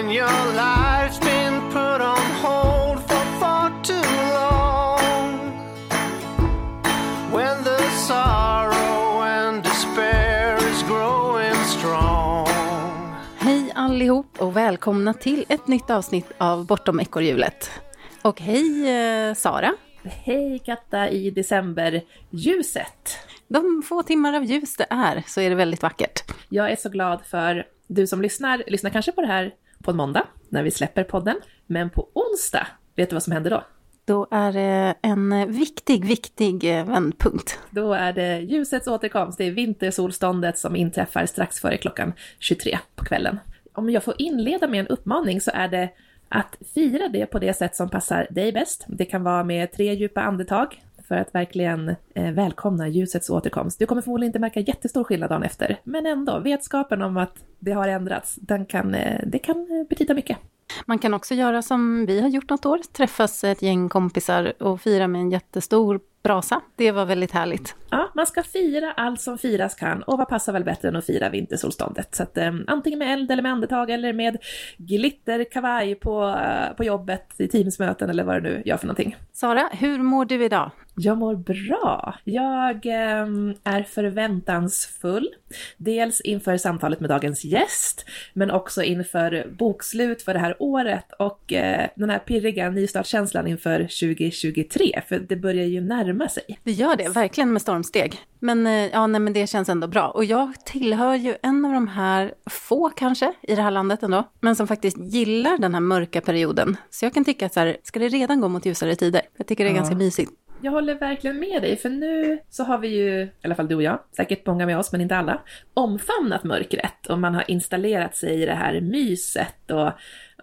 when your life's been put on hold for far too long, when the sorrow and despair is growing strong. Hej allihop och välkomna till ett nytt avsnitt av Bortom ekorrhjulet. Och hej Sara. Hej Katta i decemberljuset. De få timmar av ljus det är, så är det väldigt vackert. Jag är så glad för du som lyssnar kanske på det här på en måndag när vi släpper podden. Men på onsdag, vet du vad som händer då? Då är det en viktig vändpunkt. Då är det ljusets återkomst, det är vintersolståndet som inträffar strax före klockan 23 på kvällen. Om jag får inleda med en uppmaning så är det att fira det på det sätt som passar dig bäst. Det kan vara med 3 djupa andetag för att verkligen välkomna ljusets återkomst. Du kommer förmodligen inte märka jättestor skillnad dagen efter. Men ändå, vetskapen om att det har ändrats, det kan betyda mycket. Man kan också göra som vi har gjort något år. Träffas ett gäng kompisar och fira med en jättestor brasa. Det var väldigt härligt. Ja, man ska fira allt som firas kan. Och vad passar väl bättre än att fira vintersolståndet? Så att antingen med eld eller med andetag eller med glitter, kavaj på jobbet, i teamsmöten eller vad det nu gör för någonting. Sara, hur mår du idag? Jag mår bra. Jag är förväntansfull. Dels inför samtalet med dagens gäst, men också inför bokslut för det här året och den här pirriga nystartskänslan inför 2023. För det börjar ju närma sig. Det gör det, verkligen med stormsteg. Men, men det känns ändå bra. Och jag tillhör ju en av de här få kanske i det här landet ändå, men som faktiskt gillar den här mörka perioden. Så jag kan tycka att så här, ska det redan gå mot ljusare tider? Jag tycker det är ganska mysigt. Jag håller verkligen med dig, för nu så har vi ju, i alla fall du och jag, säkert många med oss men inte alla, omfamnat mörkret och man har installerat sig i det här myset och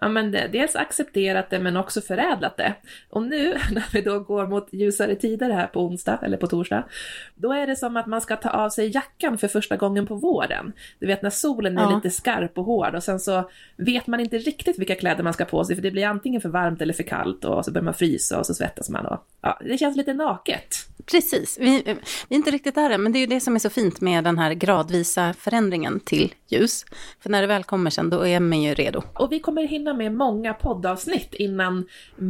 dels accepterat det men också förädlat det. Och nu när vi då går mot ljusare tider här på onsdag eller på torsdag, då är det som att man ska ta av sig jackan för första gången på våren. Du vet när solen är lite skarp och hård och sen så vet man inte riktigt vilka kläder man ska på sig för det blir antingen för varmt eller för kallt och så börjar man frysa och så svettas man och det känns lite naket. Precis, vi är inte riktigt där men det är ju det som är så fint med den här gradvisa förändringen till ljus. För när det väl kommer sen då är man ju redo. Och vi kommer hinna med många poddavsnitt innan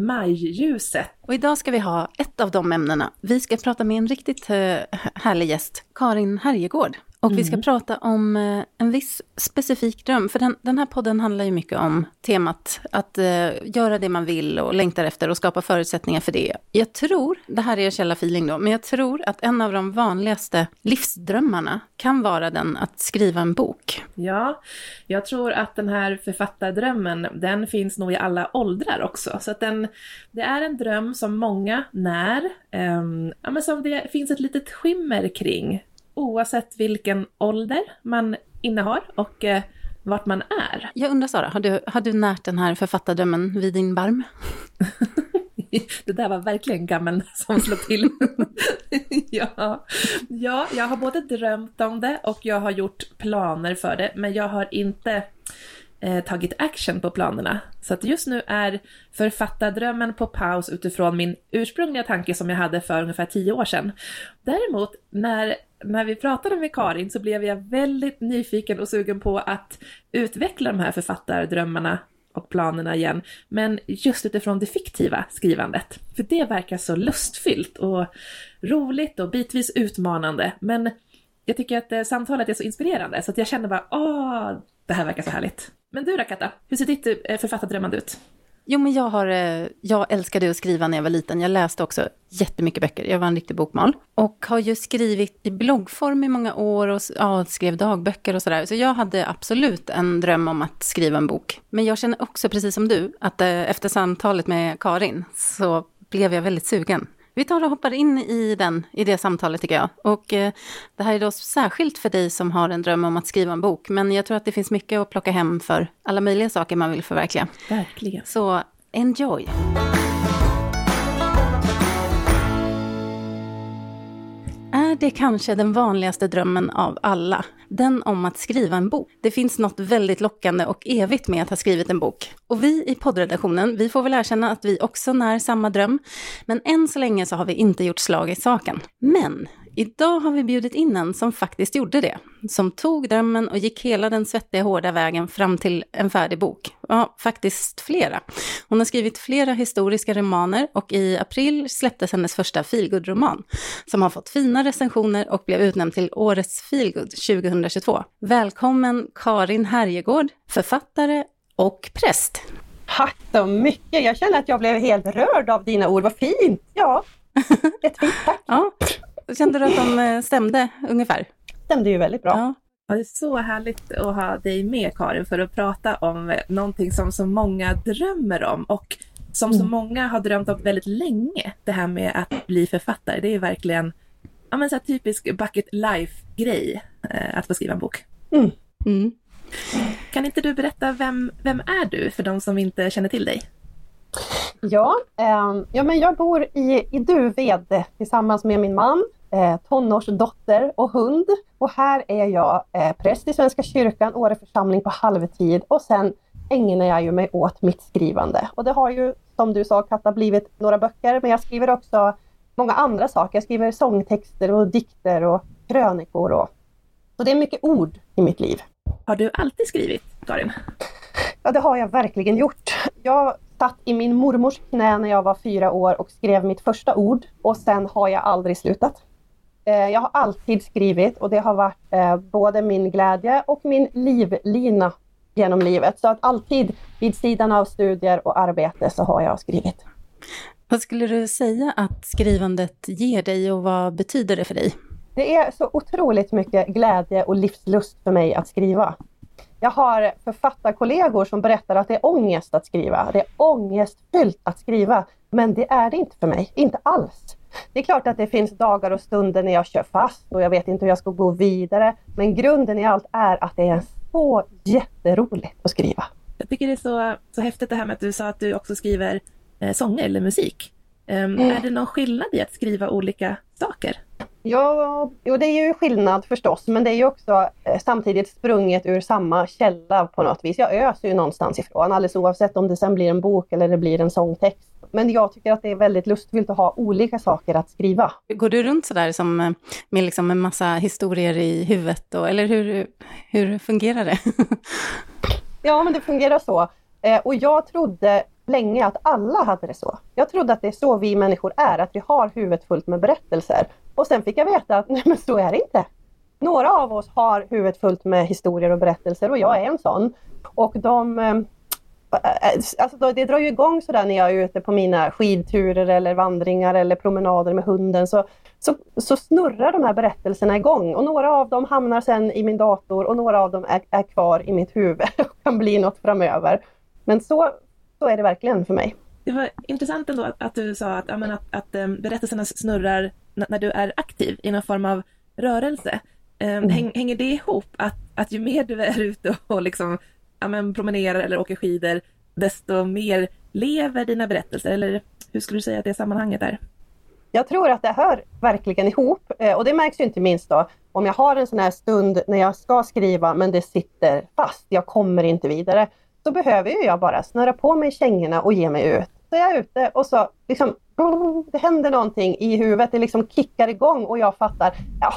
majljuset. Och idag ska vi ha ett av de ämnena. Vi ska prata med en riktigt härlig gäst, Karin Härjegård. Och vi ska prata om en viss specifik dröm. För den här podden handlar ju mycket om temat att göra det man vill och längtar efter och skapa förutsättningar för det. Jag tror, det här är källa-feeling då, men jag tror att en av de vanligaste livsdrömmarna kan vara den att skriva en bok. Ja, jag tror att den här författardrömmen, den finns nog i alla åldrar också. Så att det är en dröm som många men som det finns ett litet skimmer kring. Oavsett vilken ålder man innehar och vart man är. Jag undrar Sara, har du närt den här författardrömmen vid din barm? Det där var verkligen gammal som slog till. Ja, jag har både drömt om det och jag har gjort planer för det. Men jag har inte tagit action på planerna. Så att just nu är författardrömmen på paus utifrån min ursprungliga tanke som jag hade för ungefär 10 år sedan. Däremot när vi pratade med Karin så blev jag väldigt nyfiken och sugen på att utveckla de här författardrömmarna och planerna igen. Men just utifrån det fiktiva skrivandet. För det verkar så lustfyllt och roligt och bitvis utmanande. Men jag tycker att samtalet är så inspirerande så att jag känner bara, det här verkar så härligt. Men du då Katta, hur ser ditt författardrömmande ut? Jo, men jag älskade att skriva när jag var liten. Jag läste också jättemycket böcker. Jag var en riktig bokmal. Och har ju skrivit i bloggform i många år och skrev dagböcker och sådär. Så jag hade absolut en dröm om att skriva en bok. Men jag känner också precis som du att efter samtalet med Karin så blev jag väldigt sugen. Vi tar och hoppar in i det samtalet tycker jag. Och det här är då särskilt för dig som har en dröm om att skriva en bok. Men jag tror att det finns mycket att plocka hem för alla möjliga saker man vill förverkliga. Verkligen. Så enjoy! Är det kanske den vanligaste drömmen av alla? Den om att skriva en bok. Det finns något väldigt lockande och evigt med att ha skrivit en bok. Och vi i poddredaktionen, vi får väl erkänna att vi också när samma dröm. Men än så länge så har vi inte gjort slag i saken. Men idag har vi bjudit in en som faktiskt gjorde det. Som tog drömmen och gick hela den svettiga hårda vägen fram till en färdig bok. Ja, faktiskt flera. Hon har skrivit flera historiska romaner och i april släpptes hennes första feelgood-roman som har fått fina recensioner och blev utnämnd till årets feelgood 2022. Välkommen Karin Härjegård, författare och präst. Tack så mycket. Jag känner att jag blev helt rörd av dina ord. Vad fint. Ja, jättefint. Tack. Ja, kände du att de stämde ungefär? Stämde ju väldigt bra. Ja. Ja, det är så härligt att ha dig med, Karin, för att prata om någonting som så många drömmer om och som så många har drömt om väldigt länge. Det här med att bli författare, det är verkligen så här typisk bucket life-grej att få skriva en bok. Mm. Kan inte du berätta, vem är du för de som inte känner till dig? Ja, men jag bor i Duved tillsammans med min man, tonårsdotter och hund. Och här är jag präst i Svenska kyrkan, Åre församling på halvtid. Och sen ägnar jag ju mig åt mitt skrivande. Och det har ju, som du sa Katta, blivit några böcker. Men jag skriver också många andra saker. Jag skriver sångtexter och dikter och krönikor. Så det är mycket ord i mitt liv. Har du alltid skrivit, Karin? Ja, det har jag verkligen gjort. Jag satt i min mormors knä när jag var 4 år och skrev mitt första ord. Och sen har jag aldrig slutat. Jag har alltid skrivit och det har varit både min glädje och min livlina genom livet. Så att alltid vid sidan av studier och arbete så har jag skrivit. Vad skulle du säga att skrivandet ger dig och vad betyder det för dig? Det är så otroligt mycket glädje och livslust för mig att skriva. Jag har författarkollegor som berättar att det är ångest att skriva. Det är ångestfyllt att skriva, men det är det inte för mig. Inte alls. Det är klart att det finns dagar och stunder när jag kör fast och jag vet inte hur jag ska gå vidare. Men grunden i allt är att det är så jätteroligt att skriva. Jag tycker det är så häftigt det här med att du sa att du också skriver sånger eller musik. Är det någon skillnad i att skriva olika saker? Ja, det är ju skillnad förstås, men det är ju också samtidigt sprunget ur samma källa på något vis. Jag öser ju någonstans ifrån, alldeles oavsett om det sen blir en bok eller det blir en sångtext. Men jag tycker att det är väldigt lustfyllt att ha olika saker att skriva. Går du runt sådär som med liksom en massa historier i huvudet då, eller hur fungerar det? Ja, men det fungerar så. Och jag trodde länge att alla hade det så. Jag trodde att det är så vi människor är, att vi har huvudet fullt med berättelser. Och sen fick jag veta att nej, men så är det inte. Några av oss har huvudet fullt med historier och berättelser och jag är en sån. Och det drar ju igång sådär när jag är ute på mina skidturer eller vandringar eller promenader med hunden. Så snurrar de här berättelserna igång och några av dem hamnar sen i min dator och några av dem är kvar i mitt huvud och kan bli något framöver. Men så är det verkligen för mig. Det var intressant ändå att du sa att berättelserna snurrar när du är aktiv i någon form av rörelse. Hänger det ihop att ju mer du är ute och liksom, promenerar eller åker skidor, desto mer lever dina berättelser? Eller hur skulle du säga att det sammanhanget är? Jag tror att det hör verkligen ihop. Och det märks ju inte minst då om jag har en sån här stund när jag ska skriva men det sitter fast. Jag kommer inte vidare. Så behöver ju jag bara snöra på mig kängorna och ge mig ut. Så jag är ute och så liksom, det händer någonting i huvudet. Det liksom kickar igång och jag fattar.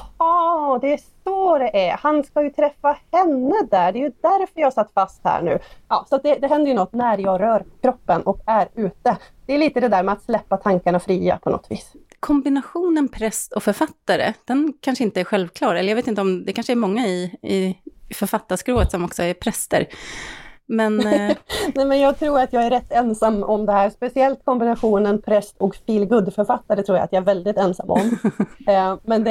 Jaha, det är så det är. Han ska ju träffa henne där. Det är ju därför jag satt fast här nu. Ja, så det händer ju något när jag rör kroppen och är ute. Det är lite det där med att släppa tankarna fria på något vis. Kombinationen präst och författare, den kanske inte är självklar. Eller jag vet inte om det kanske är många i författarskrået som också är präster. Men, Nej, men jag tror att jag är rätt ensam om det här. Speciellt kombinationen präst och feelgood-författare tror jag att jag är väldigt ensam om. Men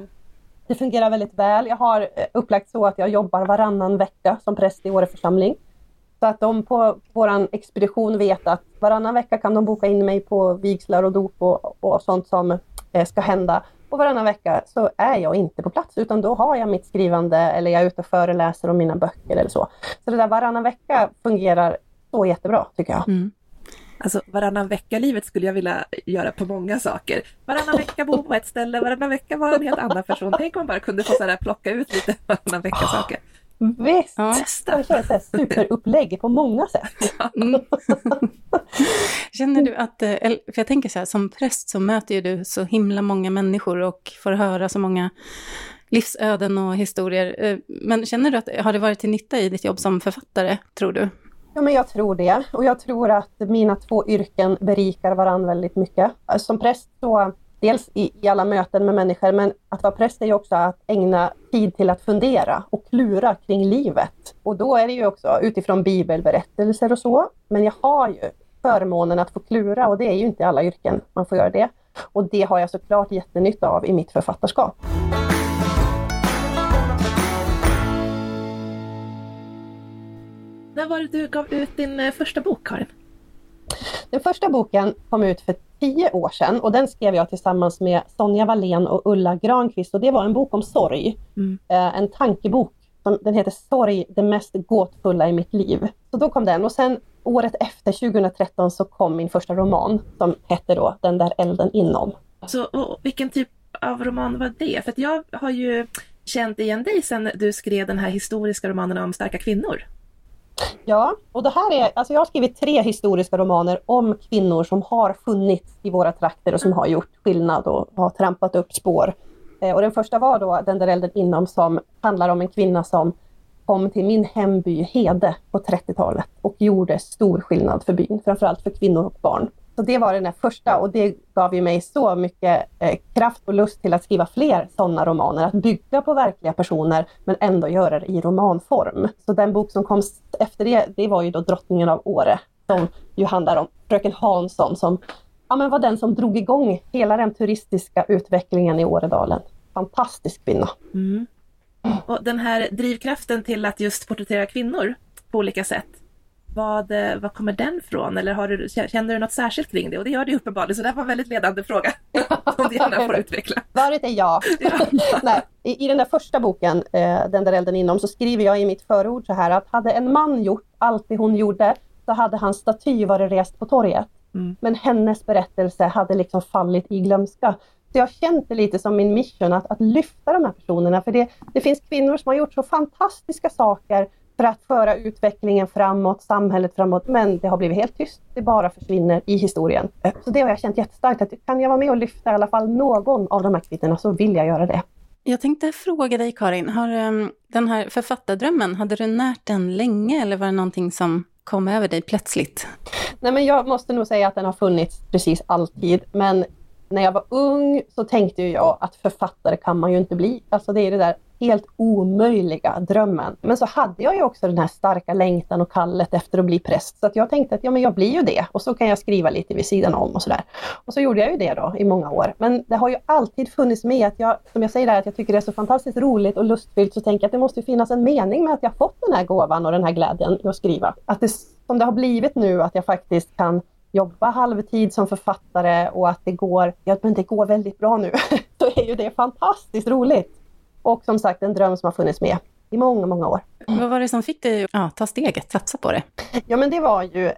det fungerar väldigt väl. Jag har upplagt så att jag jobbar varannan vecka som präst i Åre församling. Så att de på våran expedition vet att varannan vecka kan de boka in mig på vigslar och dop och sånt som ska hända. Och varannan vecka så är jag inte på plats utan då har jag mitt skrivande eller jag är ute och föreläser om mina böcker eller så. Så det där varannan vecka fungerar så jättebra tycker jag. Mm. Alltså varannan vecka-livet skulle jag vilja göra på många saker. Varannan vecka bo på ett ställe, varannan vecka vara en helt annan person. Tänk om man bara kunde få så här plocka ut lite varannan vecka-saker. Visst, det är ett superupplägg på många sätt. Mm. Känner du att, för jag tänker så här, som präst så möter ju du så himla många människor och får höra så många livsöden och historier. Men känner du att har det varit till nytta i ditt jobb som författare, tror du? Ja, men jag tror det. Och jag tror att mina 2 yrken berikar varandra väldigt mycket. Som präst så, dels i alla möten med människor, men att vara präst är ju också att ägna tid till att fundera och klura kring livet. Och då är det ju också utifrån bibelberättelser och så. Men jag har ju förmånen att få klura, och det är ju inte i alla yrken man får göra det. Och det har jag såklart jättenytta av i mitt författarskap. När var det du gav ut din första bok, Karin? Den första boken kom ut för 10 år sedan och den skrev jag tillsammans med Sonja Wallén och Ulla Granqvist, och det var en bok om sorg. En tankebok. Den heter Sorg, det mest gåtfulla i mitt liv. Så då kom den, och sen året efter, 2013, så kom min första roman som hette då Den där elden inom. Så, och vilken typ av roman var det? För att jag har ju känt igen dig sen du skrev den här historiska romanen om starka kvinnor. Ja, och det här är, alltså jag har skrivit 3 historiska romaner om kvinnor som har funnits i våra trakter och som har gjort skillnad och har trampat upp spår. Och den första var då Den där elden inom, som handlar om en kvinna som kom till min hemby Hede på 30-talet och gjorde stor skillnad för byn, framförallt för kvinnor och barn. Så det var den där första, och det gav ju mig så mycket kraft och lust till att skriva fler sådana romaner. Att bygga på verkliga personer men ändå göra det i romanform. Så den bok som kom efter det var ju då Drottningen av Åre. Som ju handlar om fröken Hansson som var den som drog igång hela den turistiska utvecklingen i Åredalen. Fantastisk kvinna. Mm. Och den här drivkraften till att just porträttera kvinnor på olika sätt. Vad kommer den från? Eller känner du något särskilt kring det? Och det gör det uppenbarligen, så det var en väldigt ledande fråga. Om du gärna får utveckla. Svaret är ja. Nej, i den där första boken, Den där elden inom, så skriver jag i mitt förord så här att hade en man gjort allt det hon gjorde så hade hans staty varit rest på torget. Men hennes berättelse hade liksom fallit i glömska. Så jag kände lite som min mission att lyfta de här personerna. För det finns kvinnor som har gjort så fantastiska saker för att föra utvecklingen framåt, samhället framåt. Men det har blivit helt tyst. Det bara försvinner i historien. Så det har jag känt jättestarkt. Att kan jag vara med och lyfta i alla fall någon av de här kvinnorna, så vill jag göra det. Jag tänkte fråga dig, Karin. Har den här författardrömmen, hade du närt den länge? Eller var det någonting som kom över dig plötsligt? Nej, men jag måste nog säga att den har funnits precis alltid. Men när jag var ung så tänkte jag att författare kan man ju inte bli. Alltså det är det där helt omöjliga drömmen. Men så hade jag ju också den här starka längtan och kallet efter att bli präst. Så att jag tänkte att men jag blir ju det. Och så kan jag skriva lite vid sidan om och sådär. Och så gjorde jag ju det då i många år. Men det har ju alltid funnits med att jag, som jag säger där, att jag tycker det är så fantastiskt roligt och lustfyllt. Så tänker jag att det måste finnas en mening med att jag fått den här gåvan och den här glädjen i att skriva. Att det, som det har blivit nu, att jag faktiskt kan jobba halvtid som författare och att det går väldigt bra nu. Så är ju det fantastiskt roligt. Och som sagt, en dröm som har funnits med i många, många år. Vad var det som fick dig att ta steget, satsa på det? Ja, men det var ju...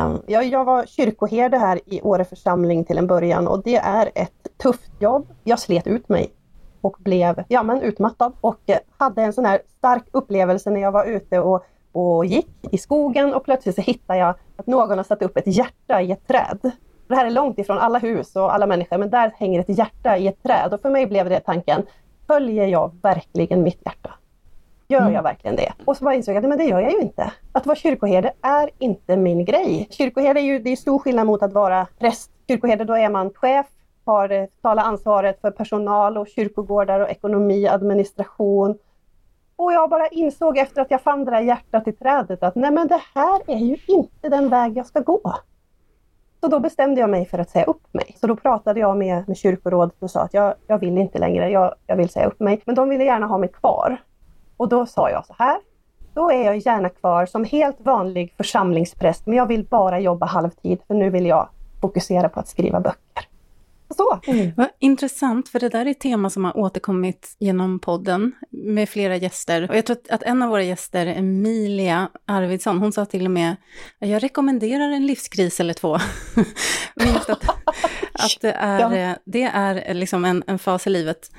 jag var kyrkoherde här i Åre församling till en början. Och det är ett tufft jobb. Jag slet ut mig och blev utmattad. Och hade en sån här stark upplevelse när jag var ute och gick i skogen. Och plötsligt så hittade jag att någon har satt upp ett hjärta i ett träd. Det här är långt ifrån alla hus och alla människor. Men där hänger ett hjärta i ett träd. Och för mig blev det tanken: följer jag verkligen mitt hjärta? Gör jag verkligen det? Och så bara insåg jag att det gör jag ju inte. Att vara kyrkoherde är inte min grej. Kyrkoherde det är stor skillnad mot att vara präst. Kyrkoherde, då är man chef, har det totala ansvaret för personal och kyrkogårdar och ekonomi, administration. Och jag bara insåg efter att jag fann det där hjärtat i trädet att nej, men det här är ju inte den väg jag ska gå. Så då bestämde jag mig för att säga upp mig. Så då pratade jag med kyrkorådet och sa att jag vill inte längre, jag vill säga upp mig. Men de ville gärna ha mig kvar. Och då sa jag så här: då är jag gärna kvar som helt vanlig församlingspräst. Men jag vill bara jobba halvtid, för nu vill jag fokusera på att skriva böcker. Så. Vad intressant, för det där är ett tema som har återkommit genom podden med flera gäster. Och jag tror att en av våra gäster, Emilia Arvidsson, hon sa till och med: jag rekommenderar en livskris eller 2. Minst att det är liksom en fas i livet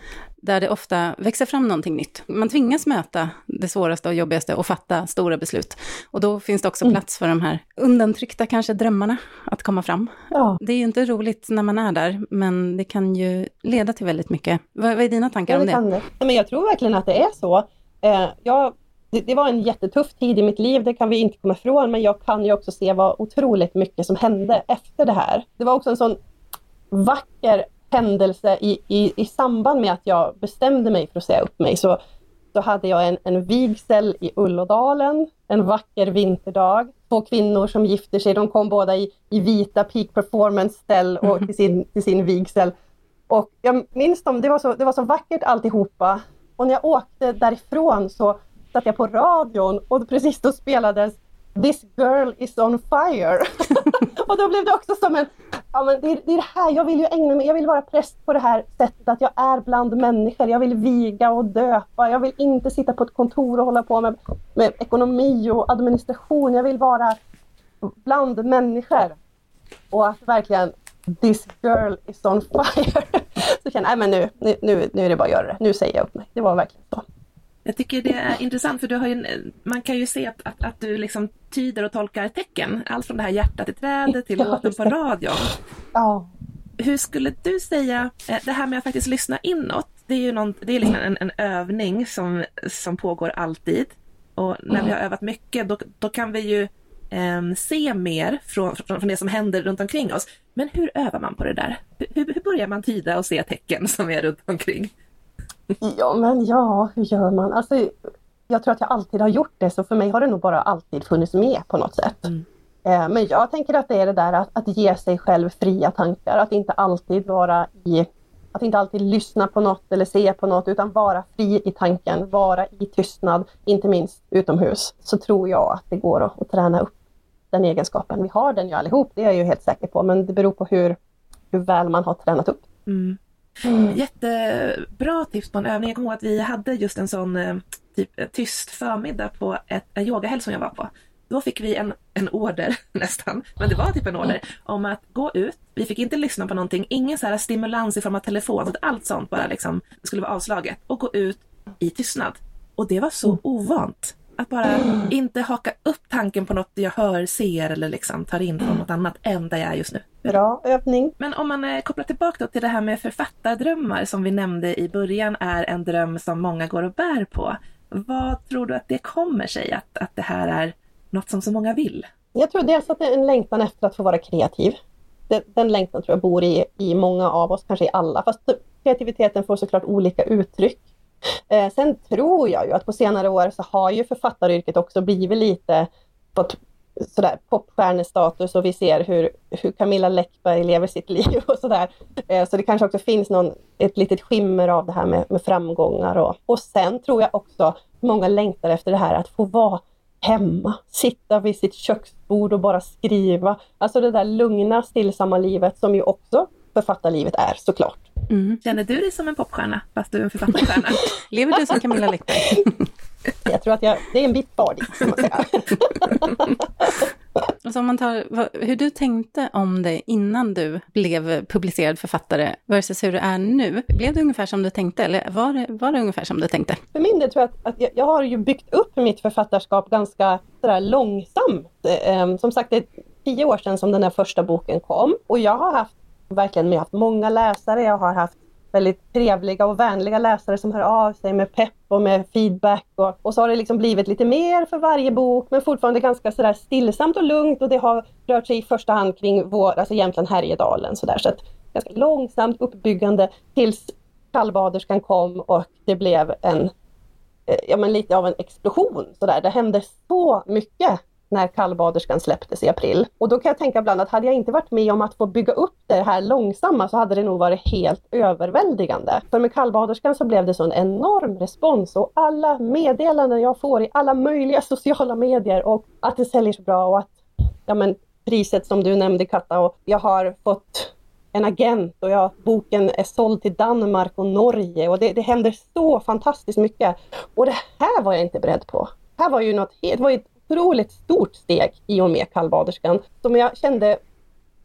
där det ofta växer fram någonting nytt. Man tvingas möta det svåraste och jobbigaste och fatta stora beslut. Och då finns det också plats för de här undantryckta kanske drömmarna att komma fram. Ja. Det är ju inte roligt när man är där, men det kan ju leda till väldigt mycket. Vad är dina tankar om det? Kan det. Men jag tror verkligen att det är så. Det var en jättetuff tid i mitt liv, det kan vi inte komma ifrån, men jag kan ju också se vad otroligt mycket som hände efter det här. Det var också en sån vacker händelse i samband med att jag bestämde mig för att säga upp mig. Så hade jag en vigsel i Ullådalen, en vacker vinterdag. 2 kvinnor som gifter sig, de kom båda i vita peak performance ställ och till sin vigsel. Och jag minns dem, det var så vackert alltihopa. Och när jag åkte därifrån så satt jag på radion och precis då spelades This girl is on fire. Och då blev det också som en, men det är det här, jag vill ju ägna mig, jag vill vara präst på det här sättet att jag är bland människor. Jag vill viga och döpa, jag vill inte sitta på ett kontor och hålla på med ekonomi och administration. Jag vill vara bland människor. Och att verkligen, this girl is on fire. Så känner jag, men nu är det bara att göra det. Nu säger jag upp mig. Det var verkligen så. Jag tycker det är intressant för du har man kan ju se att du liksom tyder och tolkar tecken. Allt från det här hjärtat i trädet till låten på radion. Ja. Hur skulle du säga, det här med att faktiskt lyssna inåt, det är ju det är liksom en övning som pågår alltid. Och när vi har övat mycket, då kan vi ju se mer från det som händer runt omkring oss. Men hur övar man på det där? Hur börjar man tyda och se tecken som är runt omkring? Hur gör man? Alltså, jag tror att jag alltid har gjort det, så för mig har det nog bara alltid funnits med på något sätt. Men jag tänker att det är det där att ge sig själv fria tankar, att inte alltid lyssna på något eller se på något, utan vara fri i tanken, vara i tystnad, inte minst utomhus. Så tror jag att det går att träna upp den egenskapen. Vi har den ju allihop, det är jag ju helt säker på, men det beror på hur väl man har tränat upp. Jättebra tips på en övning. Jag kommer ihåg att vi hade just en sån tyst förmiddag på en yogahelg som jag var på. Då fick vi en order nästan, men det var typ en order om att gå ut. Vi fick inte lyssna på någonting, ingen så här stimulans i form av telefon, så allt sånt bara liksom skulle vara avslaget, och gå ut i tystnad. Och det var så ovant. Att bara inte haka upp tanken på något jag hör, ser eller liksom tar in från något annat än där jag är just nu. Bra övning. Men om man kopplar tillbaka då till det här med författardrömmar som vi nämnde i början är en dröm som många går och bär på. Vad tror du att det kommer sig att det här är något som så många vill? Jag tror dels att det är en längtan efter att få vara kreativ. Den längtan tror jag bor i många av oss, kanske i alla. Fast kreativiteten får såklart olika uttryck. Sen tror jag ju att på senare år så har ju författaryrket också blivit lite sådär popstjärnestatus, och vi ser hur Camilla Läckberg lever sitt liv och sådär. Så det kanske också finns ett litet skimmer av det här med framgångar. Och sen tror jag också många längtar efter det här att få vara hemma, sitta vid sitt köksbord och bara skriva. Alltså det där lugna, stillsamma livet som ju också författarlivet är, såklart. Känner du dig som en popstjärna fast du är en författarstjärna? Lever du som Camilla Läckberg? Jag tror att det är en bit kvar dit, kan man säga. Alltså om man tar hur du tänkte om det innan du blev publicerad författare versus hur det är nu. Blev det ungefär som du tänkte, eller var det ungefär som du tänkte? För min del tror jag att jag har ju byggt upp mitt författarskap ganska sådär långsamt. Som sagt, det är 10 år sedan som den här första boken kom. Och jag har haft många läsare. Jag har haft väldigt trevliga och vänliga läsare som hör av sig med pepp och med feedback. Och så har det liksom blivit lite mer för varje bok, men fortfarande ganska sådär stillsamt och lugnt. Och det har rört sig i första hand kring Jämtland Härjedalen. Så att ganska långsamt uppbyggande tills Kallbaderskan kom och det blev lite av en explosion. Det hände så mycket när Kallbaderskan släpptes i april. Och då kan jag tänka ibland att hade jag inte varit med om att få bygga upp det här långsamma, så hade det nog varit helt överväldigande. För med Kallbaderskan så blev det så en enorm respons, och alla meddelanden jag får i alla möjliga sociala medier, och att det säljer så bra, och att priset som du nämnde, Katta, och jag har fått en agent och boken är såld till Danmark och Norge, och det händer så fantastiskt mycket. Och det här var jag inte beredd på. Det här var ju ett otroligt stort steg i och med Kallbaderskan, som jag kände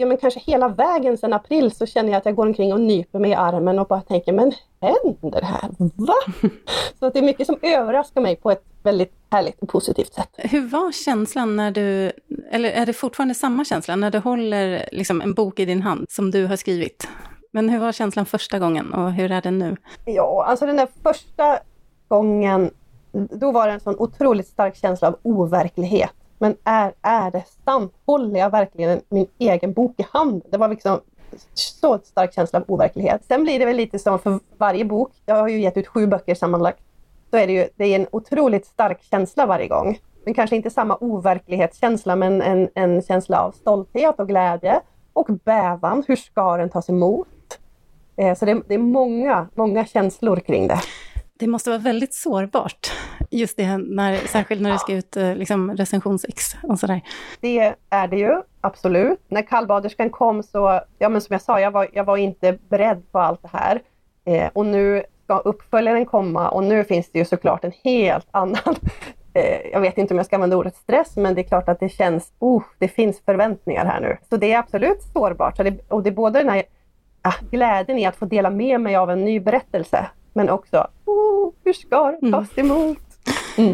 men kanske hela vägen sedan april så känner jag att jag går omkring och nyper mig i armen och bara tänker, men händer det här? Va? Så att det är mycket som överraskar mig på ett väldigt härligt och positivt sätt. Hur var känslan när du, eller är det fortfarande samma känsla när du håller liksom en bok i din hand som du har skrivit? Men hur var känslan första gången och hur är den nu? Ja, alltså den där första gången, då var det en sån otroligt stark känsla av overklighet. Men är det sant? Håller jag verkligen min egen bok i hand? Det var liksom så stark känsla av overklighet. Sen blir det väl lite som för varje bok. Jag har ju gett ut 7 böcker sammanlagt. Så är det är en otroligt stark känsla varje gång. Men kanske inte samma overklighetskänsla, men en känsla av stolthet och glädje. Och bävan, hur ska den tas emot? Så det är många känslor kring det. Det måste vara väldigt sårbart, just det, särskilt när det ska ut liksom, recensionsex och sådär. Det är det ju, absolut. När Kallbaderskan kom så, ja men som jag sa, jag var inte beredd på allt det här. Och nu ska uppföljaren komma och nu finns det ju såklart en helt annan, jag vet inte om jag ska använda ordet stress, men det är klart att det känns, det finns förväntningar här nu. Så det är absolut sårbart. Och det är både den här glädjen i att få dela med mig av en ny berättelse, men också, hur ska det tas emot? Mm.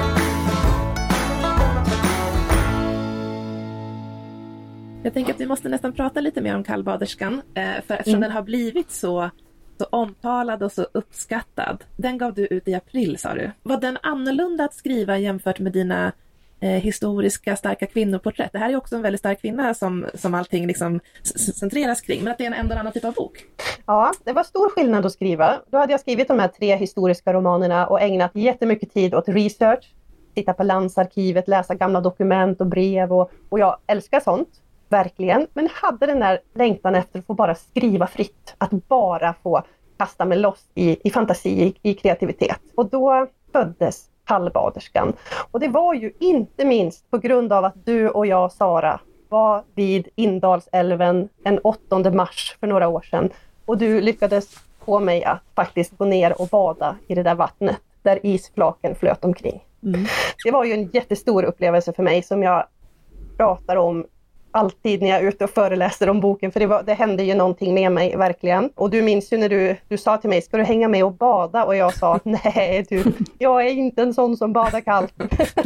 Jag tänker att vi måste nästan prata lite mer om Kallbaderskan, för eftersom den har blivit så omtalad och så uppskattad. Den gav du ut i april, sa du. Var den annorlunda att skriva jämfört med dina historiska starka kvinnoporträtt? Det här är också en väldigt stark kvinna som allting liksom centreras kring, men att det är ändå en annan typ av bok. Ja, det var stor skillnad att skriva. Då hade jag skrivit de här 3 historiska romanerna och ägnat jättemycket tid åt research. Titta på landsarkivet, läsa gamla dokument och brev och jag älskar sånt. Verkligen, men hade den där längtan efter att få bara skriva fritt. Att bara få kasta mig loss i fantasi, i kreativitet. Och då föddes Kallbaderskan. Och det var ju inte minst på grund av att du och jag, Sara, var vid Indalsälven en 8 mars för några år sedan. Och du lyckades få mig att faktiskt gå ner och bada i det där vattnet där isflaken flöt omkring. Mm. Det var ju en jättestor upplevelse för mig som jag pratar om alltid när jag är ute och föreläser om boken, för det hände ju någonting med mig verkligen. Och du minns ju när du sa till mig, ska du hänga med och bada? Och jag sa, nej du, jag är inte en sån som badar kallt.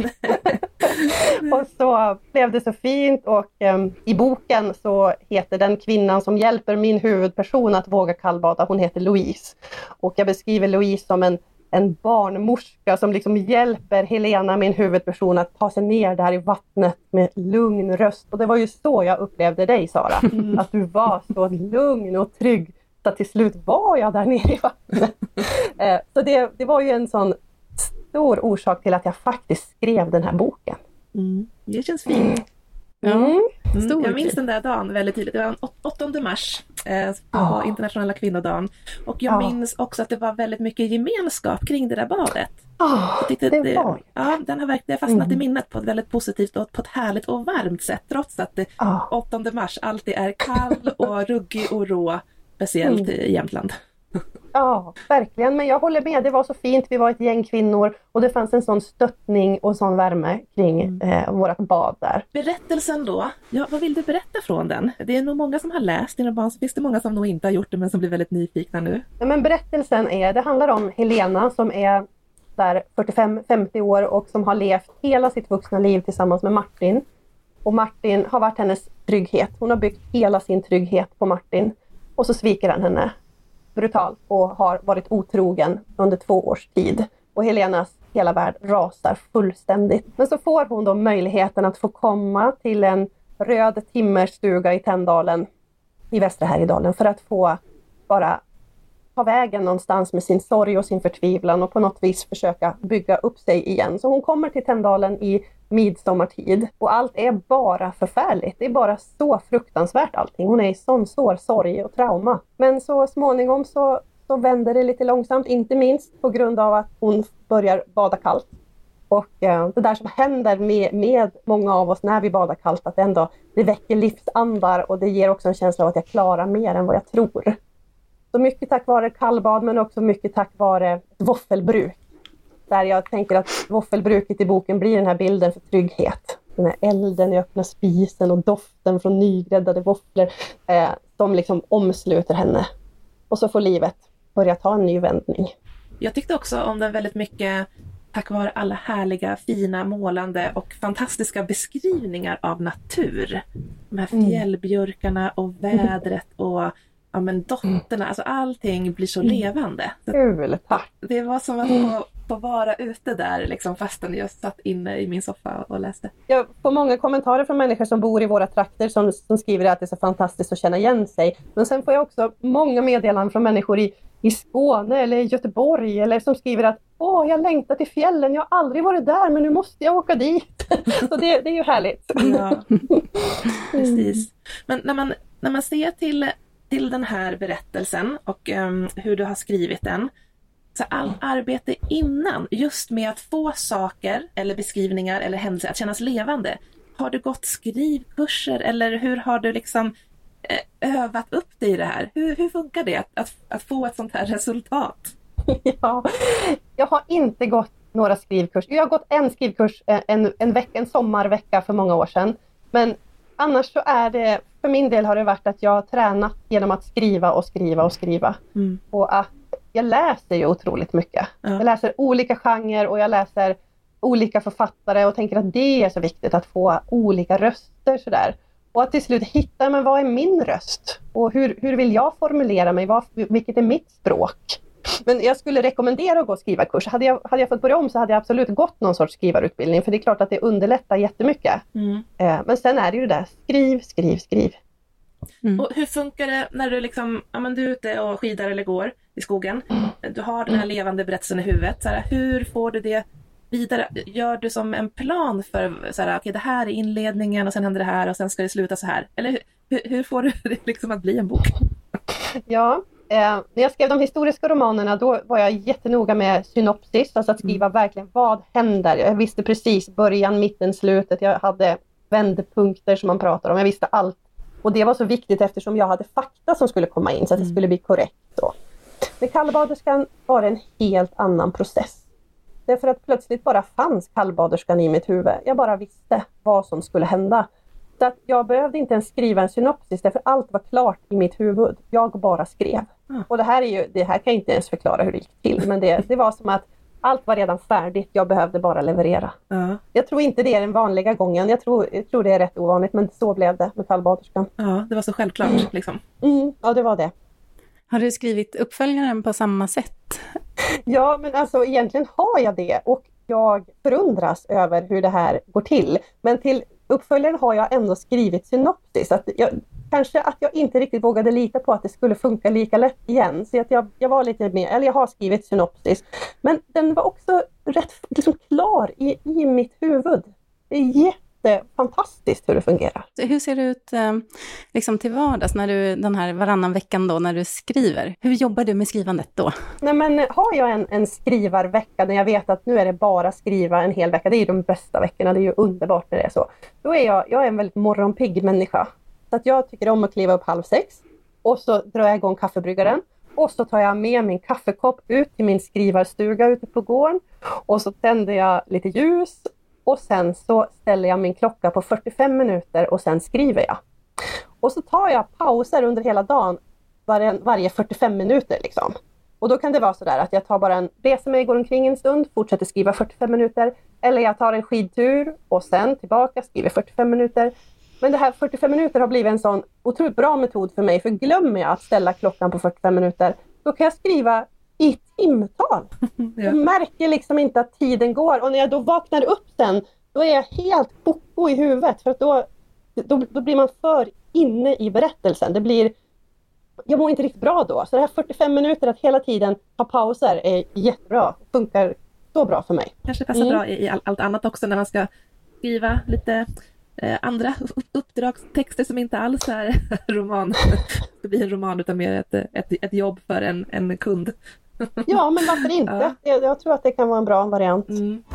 Och så blev det så fint och i boken så heter den kvinnan som hjälper min huvudperson att våga kallbada, hon heter Louise. Och jag beskriver Louise som en barnmorska som liksom hjälper Helena, min huvudperson, att ta sig ner där i vattnet med lugn röst. Och det var ju så jag upplevde dig, Sara. Att du var så lugn och trygg. Så till slut var jag där nere i vattnet. Så det var ju en sån stor orsak till att jag faktiskt skrev den här boken. Det känns fint. Jag minns den där dagen väldigt tydligt. Det var 8 mars på internationella kvinnodagen. Och jag minns också att det var väldigt mycket gemenskap kring det där badet. Den har verkligen fastnat i minnet på ett väldigt positivt och på ett härligt och varmt sätt. Trots att 8 mars alltid är kall och ruggig och rå. Speciellt i Jämtland. Ja, verkligen. Men jag håller med. Det var så fint. Vi var ett gäng kvinnor och det fanns en sån stöttning och sån värme kring vårat bad där. Berättelsen då? Ja, vad vill du berätta från den? Det är nog många som har läst dina barn, så finns det många som nog inte har gjort det men som blir väldigt nyfikna nu. Ja, men berättelsen det handlar om Helena som är där 45-50 år och som har levt hela sitt vuxna liv tillsammans med Martin. Och Martin har varit hennes trygghet. Hon har byggt hela sin trygghet på Martin. Och så sviker han henne brutalt och har varit otrogen under 2 års tid. Och Helenas hela värld rasar fullständigt. Men så får hon då möjligheten att få komma till en röd timmerstuga i Tänndalen i Västra Härjedalen för att få bara ta vägen någonstans med sin sorg och sin förtvivlan och på något vis försöka bygga upp sig igen. Så hon kommer till Tänndalen i midsommartid och allt är bara förfärligt. Det är bara så fruktansvärt allting. Hon är i sån svår sorg och trauma. Men så småningom så vänder det lite långsamt, inte minst på grund av att hon börjar bada kallt. Och det där som händer med många av oss när vi badar kallt, att det väcker livsandar och det ger också en känsla av att jag klarar mer än vad jag tror. Så mycket tack vare kallbad, men också mycket tack vare våffelbruk. Där jag tänker att våffelbruket i boken blir den här bilden för trygghet. den här elden i öppna spisen och doften från nygräddade våfflor som liksom omsluter henne. Och så får livet börja ta en ny vändning. Jag tyckte också om den väldigt mycket tack vare alla härliga, fina, målande och fantastiska beskrivningar av natur. De här fjällbjörkarna och vädret och dofterna, alltså allting blir så levande. Kul, tack! Det var som att få vara ute där liksom, fastän jag satt inne i min soffa och läste. Jag får många kommentarer från människor som bor i våra trakter som skriver att det är så fantastiskt att känna igen sig. Men sen får jag också många meddelanden från människor i Skåne eller i Göteborg eller som skriver att jag längtar till fjällen, jag har aldrig varit där men nu måste jag åka dit. Så det är ju härligt. Ja, precis. Men när man ser till den här berättelsen och hur du har skrivit den, så all arbete innan just med att få saker eller beskrivningar eller händelser att kännas levande, har du gått skrivkurser eller hur har du liksom övat upp dig i det här? Hur funkar det att få ett sånt här resultat? Ja, jag har inte gått några skrivkurser. Jag har gått en skrivkurs en sommarvecka för många år sedan. Men annars så är det, för min del har det varit att jag har tränat genom att skriva och skriva och skriva. Och att jag läser ju otroligt mycket. Ja. Jag läser olika genrer och jag läser olika författare och tänker att det är så viktigt att få olika röster sådär. Och att till slut hitta, men vad är min röst? Och hur vill jag formulera mig? Vilket är mitt språk? Men jag skulle rekommendera att gå och skriva kurs. Hade jag fått börja om så hade jag absolut gått någon sorts skrivarutbildning. För det är klart att det underlättar jättemycket. Men sen är det ju det där, skriv. Och hur funkar det när du liksom, du är ute och skidar eller går i skogen? Du har den här levande berättelsen i huvudet. Så här, hur får du det vidare? Gör du som en plan för så här, okej, det här är inledningen och sen händer det här och sen ska det sluta så här? Eller hur får du det liksom att bli en bok? Ja, när jag skrev de historiska romanerna då var jag jättenoga med synopsis, alltså att skriva verkligen vad händer. Jag visste precis början, mitten, slutet. Jag hade vändpunkter som man pratar om. Jag visste allt. Och det var så viktigt eftersom jag hade fakta som skulle komma in så att det skulle bli korrekt. Då. Med Kallbaderskan var det en helt annan process. Därför att plötsligt bara fanns Kallbaderskan i mitt huvud. Jag bara visste vad som skulle hända. Så att jag behövde inte ens skriva en synopsis därför allt var klart i mitt huvud. Jag bara skrev. Och det här kan jag inte ens förklara hur det gick till. Men det var som att allt var redan färdigt. Jag behövde bara leverera. Jag tror inte det är den vanliga gången. Jag tror det är rätt ovanligt. Men så blev det med Kallbaderskan. Ja, det var så självklart liksom. Ja, det var det. Har du skrivit uppföljaren på samma sätt? Ja, men alltså egentligen har jag det. Och jag förundras över hur det här går till. Men till uppföljaren har jag ändå skrivit synopsis. Kanske att jag inte riktigt vågade lita på att det skulle funka lika lätt igen. Så att jag var lite mer, eller jag har skrivit synopsis. Men den var också rätt liksom klar i mitt huvud. Det är jättefantastiskt hur det fungerar. Så hur ser det ut liksom till vardags när du, den här varannan veckan då när du skriver? Hur jobbar du med skrivandet då? Nej, men har jag en skrivarvecka när jag vet att nu är det bara skriva en hel vecka. Det är ju de bästa veckorna, det är ju underbart när det är så. Då är jag är en väldigt morgonpigg människa. Så att jag tycker om att kliva upp 5:30 och så drar jag igång kaffebryggaren. Och så tar jag med min kaffekopp ut till min skrivarstuga ute på gården. Och så tänder jag lite ljus. Och sen så ställer jag min klocka på 45 minuter och sen skriver jag. Och så tar jag pauser under hela dagen varje 45 minuter liksom. Och då kan det vara sådär att jag tar bara reser mig, går omkring en stund, fortsätter skriva 45 minuter. Eller jag tar en skidtur och sen tillbaka, skriver 45 minuter. Men det här 45 minuter har blivit en sån otroligt bra metod för mig. För glömmer jag att ställa klockan på 45 minuter, då kan jag skriva i timtal. Jag märker liksom inte att tiden går. Och när jag då vaknar upp sen, då är jag helt koko i huvudet. För att då blir man för inne i berättelsen. Jag mår inte riktigt bra då. Så det här 45 minuter att hela tiden ha pauser är jättebra. Funkar så bra för mig. Kanske passar bra i allt annat också när man ska skriva lite andra uppdragstexter som inte alls är roman. Det blir en roman utan mer ett jobb för en kund. Ja, men varför inte? Ja. Jag tror att det kan vara en bra variant.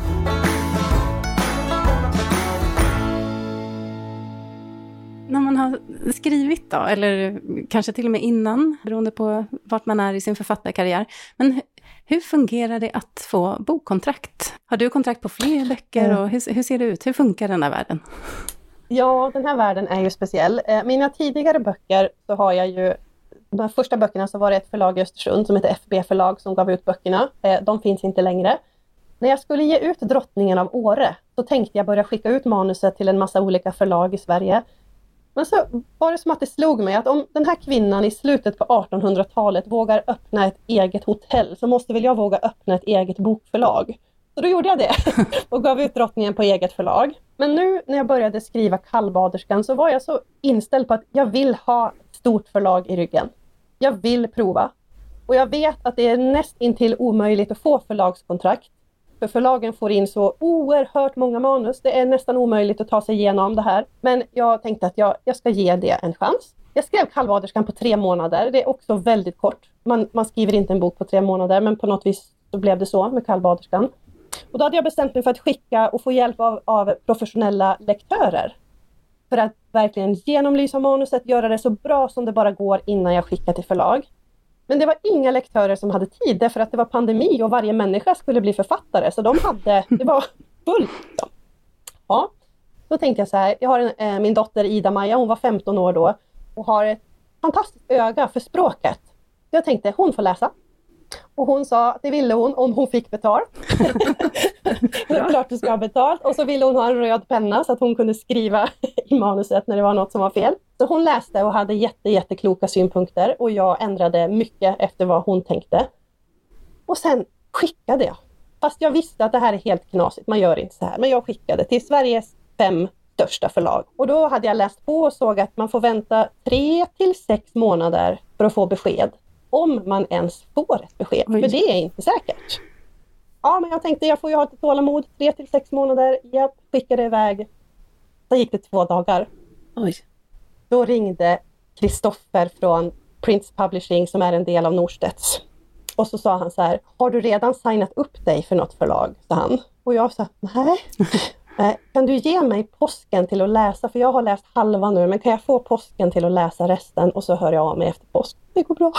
När man har skrivit då, eller kanske till och med innan, beroende på vart man är i sin författarkarriär. Men Hur fungerar det att få bokkontrakt? Har du kontrakt på fler böcker och hur ser det ut? Hur funkar den här världen? Ja, den här världen är ju speciell. Mina tidigare böcker så har jag ju, de här första böckerna så var det ett förlag i Östersund som heter FB-förlag som gav ut böckerna. De finns inte längre. När jag skulle ge ut Drottningen av Åre så tänkte jag börja skicka ut manuset till en massa olika förlag i Sverige. Men så var det som att det slog mig att om den här kvinnan i slutet på 1800-talet vågar öppna ett eget hotell så måste väl jag våga öppna ett eget bokförlag. Så då gjorde jag det och gav ut Drottningen på eget förlag. Men nu när jag började skriva Kallbaderskan så var jag så inställd på att jag vill ha ett stort förlag i ryggen. Jag vill prova. Och jag vet att det är nästintill omöjligt att få förlagskontrakt. För förlagen får in så oerhört många manus. Det är nästan omöjligt att ta sig igenom det här. Men jag tänkte att jag ska ge det en chans. Jag skrev Kallbaderskan på 3 månader. Det är också väldigt kort. Man skriver inte en bok på 3 månader. Men på något vis så blev det så med Kallbaderskan. Och då hade jag bestämt mig för att skicka och få hjälp av professionella lektörer. För att verkligen genomlysa manuset, göra det så bra som det bara går innan jag skickar till förlag. Men det var inga lektörer som hade tid därför att det var pandemi och varje människa skulle bli författare. Så det var fullt. Ja, då tänkte jag så här, jag har min dotter Ida-Maja, hon var 15 år då och har ett fantastiskt öga för språket. Så jag tänkte, hon får läsa. Och hon sa att det ville hon om hon fick betalt. Det är klart du ska ha betalt. Och så ville hon ha en röd penna så att hon kunde skriva i manuset när det var något som var fel. Så hon läste och hade jättekloka synpunkter. Och jag ändrade mycket efter vad hon tänkte. Och sen skickade jag. Fast jag visste att det här är helt knasigt. Man gör inte så här. Men jag skickade till Sveriges 5 största förlag. Och då hade jag läst på och såg att man får vänta 3 till 6 månader för att få besked. Om man ens får ett besked. För det är inte säkert. Ja, men jag tänkte jag får ju ha ett tålamod. 3 till 6 månader. Jag skickade iväg. Så gick det 2 dagar. Oj. Då ringde Kristoffer från Prince Publishing som är en del av Norstedts. Och så sa han så här. Har du redan signat upp dig för något förlag? Sa han. Och jag sa nej. Kan du ge mig påsken till att läsa? För jag har läst halva nu. Men kan jag få påsken till att läsa resten? Och så hör jag av mig efter påsk. Det går bra.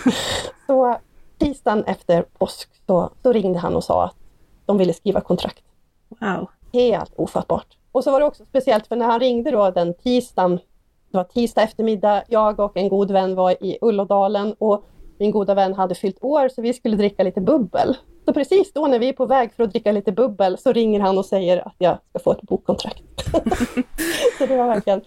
Så tisdagen efter påsk så ringde han och sa att de ville skriva kontrakt. Wow. Helt ofattbart. Och så var det också speciellt för när han ringde då den tisdagen. Det var tisdag eftermiddag. Jag och en god vän var i Ullådalen. Och min goda vän hade fyllt år så vi skulle dricka lite bubbel. Så precis då när vi är på väg för att dricka lite bubbel så ringer han och säger att jag ska få ett bokkontrakt. Så det var verkligen...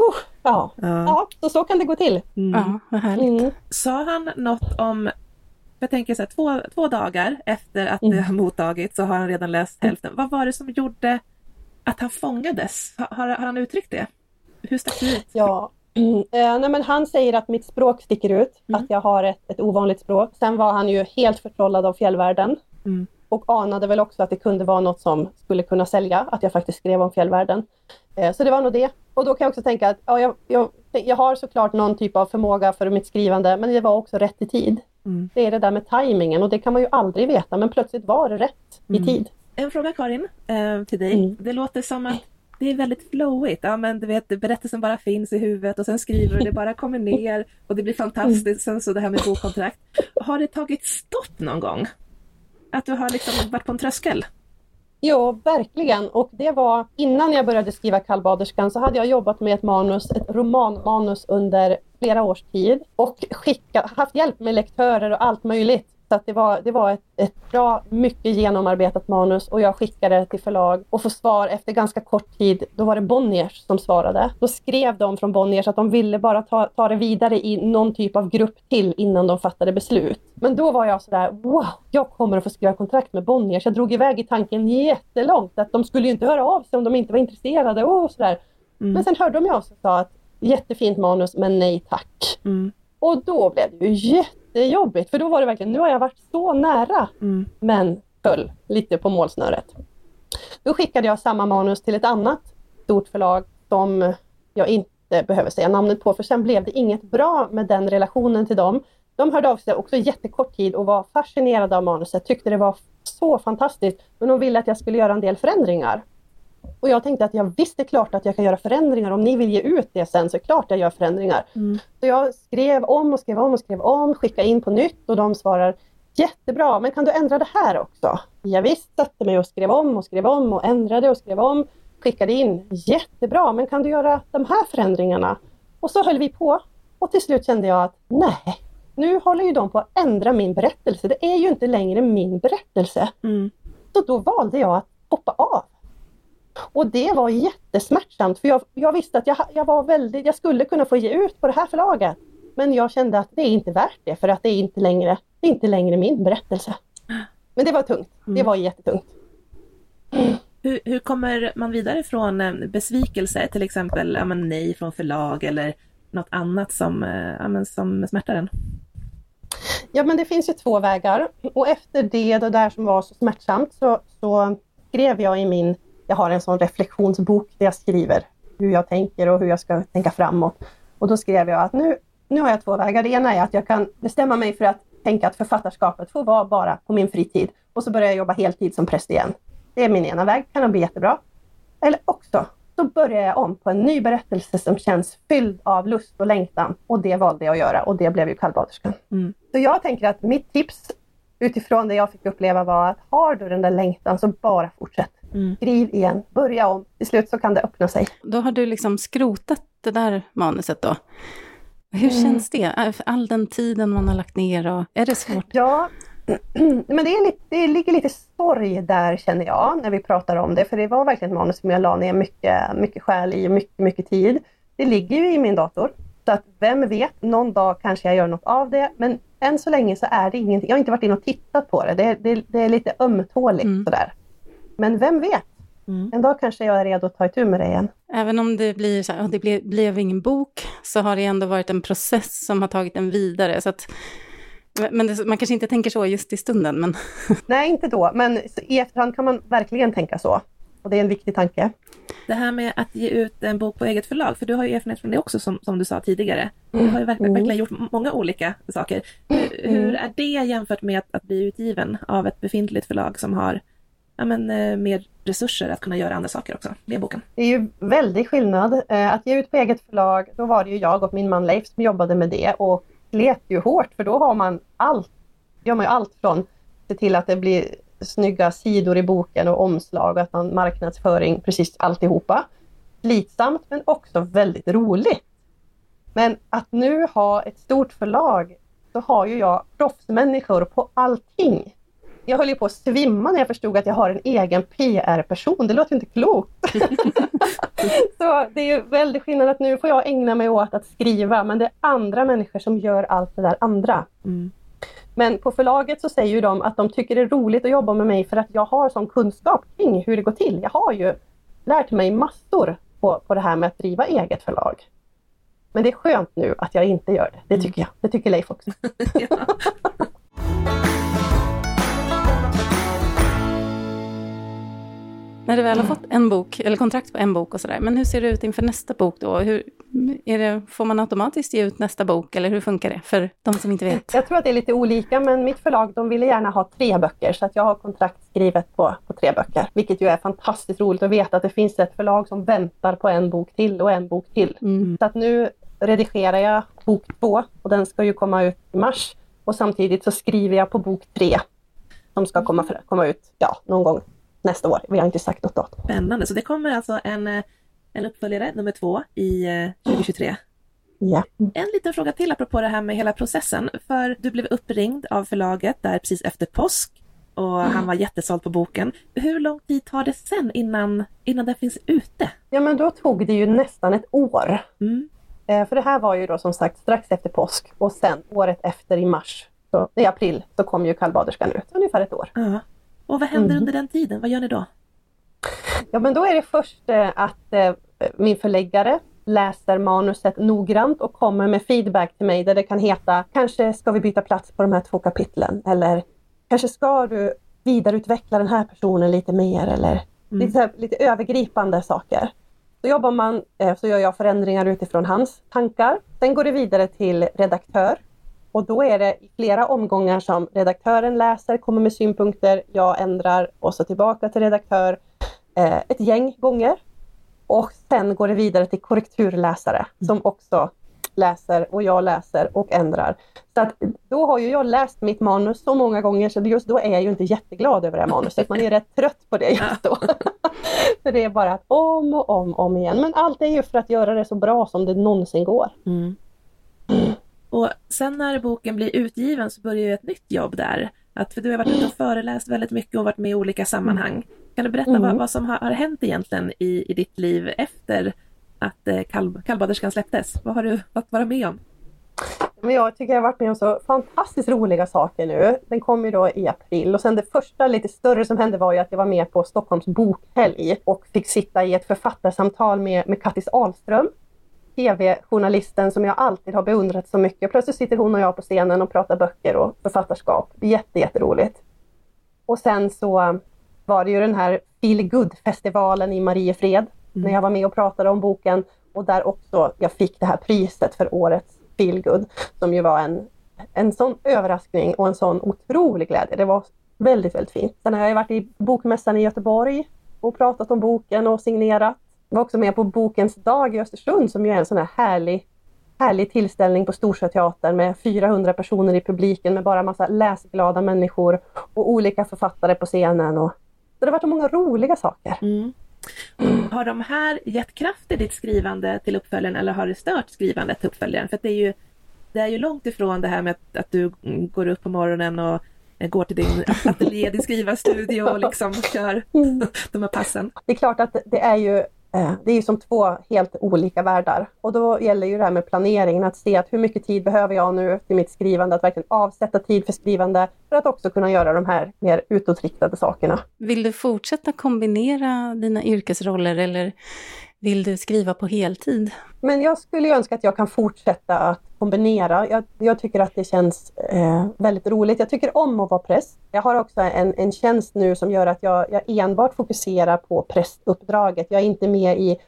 Ja, så kan det gå till. Ja, vad härligt. Sa han något om, jag tänker så här, 2 dagar efter att det har mottagit så har han redan läst hälften. Vad var det som gjorde att han fångades? Har han uttryckt det? Hur stack det ut? Ja, nej, men han säger att mitt språk sticker ut. Att jag har ett ovanligt språk. Sen var han ju helt förtrollad av fjällvärlden. Och anade väl också att det kunde vara något som skulle kunna sälja. Att jag faktiskt skrev om fjällvärlden. Så det var nog det. Och då kan jag också tänka att jag har såklart någon typ av förmåga för mitt skrivande. Men det var också rätt i tid. Det är det där med tajmingen. Och det kan man ju aldrig veta. Men plötsligt var det rätt i tid. En fråga Karin till dig. Det låter som att det är väldigt flowigt. Ja, men du vet, berättelsen bara finns i huvudet och sen skriver du, det bara kommer ner och det blir fantastiskt. Sen så det här med bokkontrakt. Har det tagit stopp någon gång? Att du har liksom varit på en tröskel? Jo, verkligen. Och det var innan jag började skriva Kallbaderskan så hade jag jobbat med ett romanmanus under flera års tid. Och haft hjälp med lektörer och allt möjligt. Så att det var ett bra, mycket genomarbetat manus och jag skickade till förlag och får svar efter ganska kort tid. Då var det Bonniers som svarade. Då skrev de från Bonniers att de ville bara ta det vidare i någon typ av grupp till innan de fattade beslut. Men då var jag sådär, wow, jag kommer att få skriva kontrakt med Bonniers. Jag drog iväg i tanken jättelångt att de skulle ju inte höra av sig om de inte var intresserade och sådär. Men sen hörde de av sig och sa att jättefint manus men nej tack. Och då blev det ju jättejobbigt. För då var det verkligen, nu har jag varit så nära. Men föll lite på målsnöret. Då skickade jag samma manus till ett annat stort förlag som jag inte behöver säga namnet på. För sen blev det inget bra med den relationen till dem. De hörde av sig också jättekort tid och var fascinerade av manuset. Tyckte det var så fantastiskt. Men de ville att jag skulle göra en del förändringar. Och jag tänkte att jag visste klart att jag kan göra förändringar. Om ni vill ge ut det sen så är klart jag gör förändringar. Så jag skrev om, skickade in på nytt och de svarar jättebra, men kan du ändra det här också? Jag visst, satte mig och skrev om och ändrade och skrev om. Skickade in, jättebra, men kan du göra de här förändringarna? Och så höll vi på. Och till slut kände jag att nej, nu håller ju de på att ändra min berättelse. Det är ju inte längre min berättelse. Så då valde jag att hoppa av. Och det var jättesmärtsamt, för jag visste att jag skulle kunna få ge ut på det här förlaget. Men jag kände att det är inte värt det, för att det är inte längre min berättelse. Men det var tungt, det var jättetungt. Hur kommer man vidare från besvikelse, till exempel nej från förlag eller något annat som smärtar en? Ja, men det finns ju 2 vägar. Och efter det där som var så smärtsamt så skrev jag jag har en sån reflektionsbok där jag skriver hur jag tänker och hur jag ska tänka framåt. Och då skrev jag att nu har jag 2 vägar. Det ena är att jag kan bestämma mig för att tänka att författarskapet får vara bara på min fritid. Och så börjar jag jobba heltid som präst igen. Det är min ena väg, kan bli jättebra. Eller också så börjar jag om på en ny berättelse som känns fylld av lust och längtan. Och det valde jag att göra, och det blev ju Kallbaderskan. Så jag tänker att mitt tips utifrån det jag fick uppleva var att har du den där längtan så bara fortsätt. Skriv igen, börja om. Till slut så kan det öppna sig. Då har du liksom skrotat det där manuset då. Hur känns det? All den tiden man har lagt ner, och är det svårt? Ja, men det ligger lite sorg där, känner jag, när vi pratar om det. För det var verkligen ett manus som jag la ner mycket själ i och mycket tid. Det ligger ju i min dator. Så att vem vet, någon dag kanske jag gör något av det. Men än så länge så är det ingenting. Jag har inte varit in och tittat på det. Det är lite ömtåligt sådär. Men vem vet? En dag kanske jag är redo att ta itu med det igen. Även om det blir så här, det blev ingen bok, så har det ändå varit en process som har tagit en vidare. Så att, man kanske inte tänker så just i stunden. Men... Nej, inte då. Men i efterhand kan man verkligen tänka så. Och det är en viktig tanke. Det här med att ge ut en bok på eget förlag, för du har ju erfarenhet från det också, som du sa tidigare. Du har ju verkligen gjort många olika saker. Hur är det jämfört med att bli utgiven av ett befintligt förlag som har mer resurser att kunna göra andra saker också med boken? Det är ju väldigt skillnad. Att ge ut på eget förlag, då var det ju jag och min man Leif som jobbade med det, och slet ju hårt, för då har man gör man ju allt från se till att det blir snygga sidor i boken och omslag, och att man marknadsföring, precis alltihopa. Slitsamt, men också väldigt roligt. Men att nu ha ett stort förlag, så har ju jag proffsmänniskor på allting. Jag höll ju på att svimma när jag förstod att jag har en egen PR-person. Det låter inte klokt. Så det är ju väldigt skillnad att nu får jag ägna mig åt att skriva, men det är andra människor som gör allt det där andra. Men på förlaget så säger ju de att de tycker det är roligt att jobba med mig för att jag har sån kunskap kring hur det går till. Jag har ju lärt mig massor på det här med att driva eget förlag. Men det är skönt nu att jag inte gör det. Det tycker jag. Det tycker Leif också. Ja. När du väl har fått en bok, eller kontrakt på en bok och sådär, men hur ser det ut inför nästa bok då? Får man automatiskt ge ut nästa bok, eller hur funkar det för de som inte vet? Jag tror att det är lite olika, men mitt förlag, de ville gärna ha 3 böcker, så att jag har kontrakt skrivet på 3 böcker. Vilket ju är fantastiskt roligt att veta att det finns ett förlag som väntar på en bok till och en bok till. Så att nu redigerar jag bok 2, och den ska ju komma ut i mars. Och samtidigt så skriver jag på bok 3 som ska komma ut någon gång nästa år. Vi har inte sagt något datum. Spännande. Så det kommer alltså en uppföljare, nummer 2, i 2023. Ja. En liten fråga till apropå det här med hela processen. För du blev uppringd av förlaget där precis efter påsk. Och han var jättesåld på boken. Hur lång tid tar det sen innan den finns ute? Ja, men då tog det ju nästan ett år. För det här var ju då som sagt strax efter påsk. Och sen året efter i mars, i april, så kom ju Kallbaderskan ut. Ungefär ett år. Ja. Och vad händer under den tiden? Vad gör ni då? Ja, men då är det först att min förläggare läser manuset noggrant och kommer med feedback till mig där det kan heta: kanske ska vi byta plats på de här 2 kapitlen, eller kanske ska du vidareutveckla den här personen lite mer, eller lite övergripande saker. Så jobbar man, så gör jag förändringar utifrån hans tankar. Sen går det vidare till redaktör. Och då är det flera omgångar som redaktören läser, kommer med synpunkter, jag ändrar och så tillbaka till redaktör ett gäng gånger. Och sen går det vidare till korrekturläsare som också läser och jag läser och ändrar. Så att då har ju jag läst mitt manus så många gånger så just då är jag ju inte jätteglad över det här manuset. Man är rätt trött på det just då. För det är bara att om igen. Men allt är ju för att göra det så bra som det någonsin går. Och sen när boken blir utgiven så börjar ju ett nytt jobb där. För du har varit ute och föreläst väldigt mycket och varit med i olika sammanhang. Kan du berätta vad som har hänt egentligen i ditt liv efter att Kallbaderskan släpptes? Vad har du fått vara med om? Men jag tycker jag har varit med om så fantastiskt roliga saker nu. Den kom ju då i april och sen det första lite större som hände var ju att jag var med på Stockholms bokhelg och fick sitta i ett författarsamtal med Kattis Ahlström, tv-journalisten som jag alltid har beundrat så mycket. Plötsligt sitter hon och jag på scenen och pratar böcker och författarskap. Det är jätteroligt. Och sen så var det ju den här Feel Good-festivalen i Mariefred när jag var med och pratade om boken och där också jag fick det här priset för årets Feel Good som ju var en sån överraskning och en sån otrolig glädje. Det var väldigt, väldigt fint. Sen har jag varit i bokmässan i Göteborg och pratat om boken och signerat. Jag var också med på Bokens dag i Östersund som ju är en sån här härlig tillställning på Storsjöteatern med 400 personer i publiken med bara massa läsglada människor och olika författare på scenen. Så det har varit så många roliga saker. Har de här gett kraft i ditt skrivande till uppföljaren eller har det stört skrivandet till uppföljaren? För det är ju långt ifrån det här med att du går upp på morgonen och går till din ateljé, din skrivarstudio och liksom kör de här passen. Det är klart att det är ju som två helt olika världar. Och då gäller ju det här med planeringen, att se att hur mycket tid behöver jag nu till mitt skrivande, att verkligen avsätta tid för skrivande för att också kunna göra de här mer utåtriktade sakerna. Vill du fortsätta kombinera dina yrkesroller eller vill du skriva på heltid? Men jag skulle ju önska att jag kan fortsätta att kombinera. Jag tycker att det känns väldigt roligt. Jag tycker om att vara präst. Jag har också en tjänst nu som gör att jag enbart fokuserar på prästuppdraget. Jag är inte med i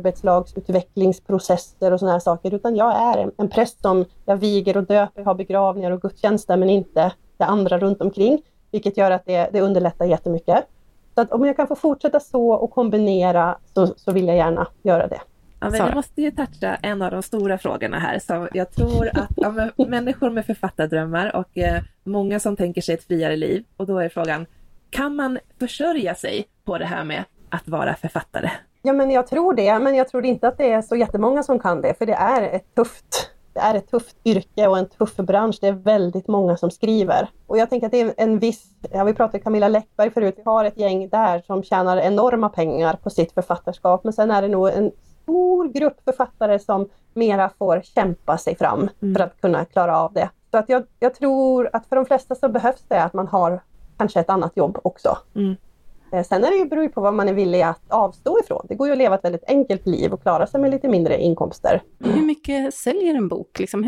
arbetslagsutvecklingsprocesser och såna här saker, utan jag är en präst som jag viger och döper, har begravningar och gudstjänster men inte det andra runt omkring. Vilket gör att det underlättar jättemycket. Så att om jag kan få fortsätta så och kombinera så vill jag gärna göra det. Ja, men vi måste ju toucha en av de stora frågorna här. Så jag tror att människor med författardrömmar och många som tänker sig ett friare liv. Och då är frågan, kan man försörja sig på det här med att vara författare? Ja, men jag tror det. Men jag tror inte att det är så jättemånga som kan det. För det är ett tufft yrke och en tuff bransch. Det är väldigt många som skriver. Och jag tänker att det är en viss, vi pratade om Camilla Läckberg förut, vi har ett gäng där som tjänar enorma pengar på sitt författarskap. Men sen är det nog en stor grupp författare som mera får kämpa sig fram för att kunna klara av det. Så att jag tror att för de flesta så behövs det att man har kanske ett annat jobb också. Sen är det ju beror på vad man är villig att avstå ifrån. Det går ju att leva ett väldigt enkelt liv och klara sig med lite mindre inkomster. Hur mycket säljer en bok? Liksom,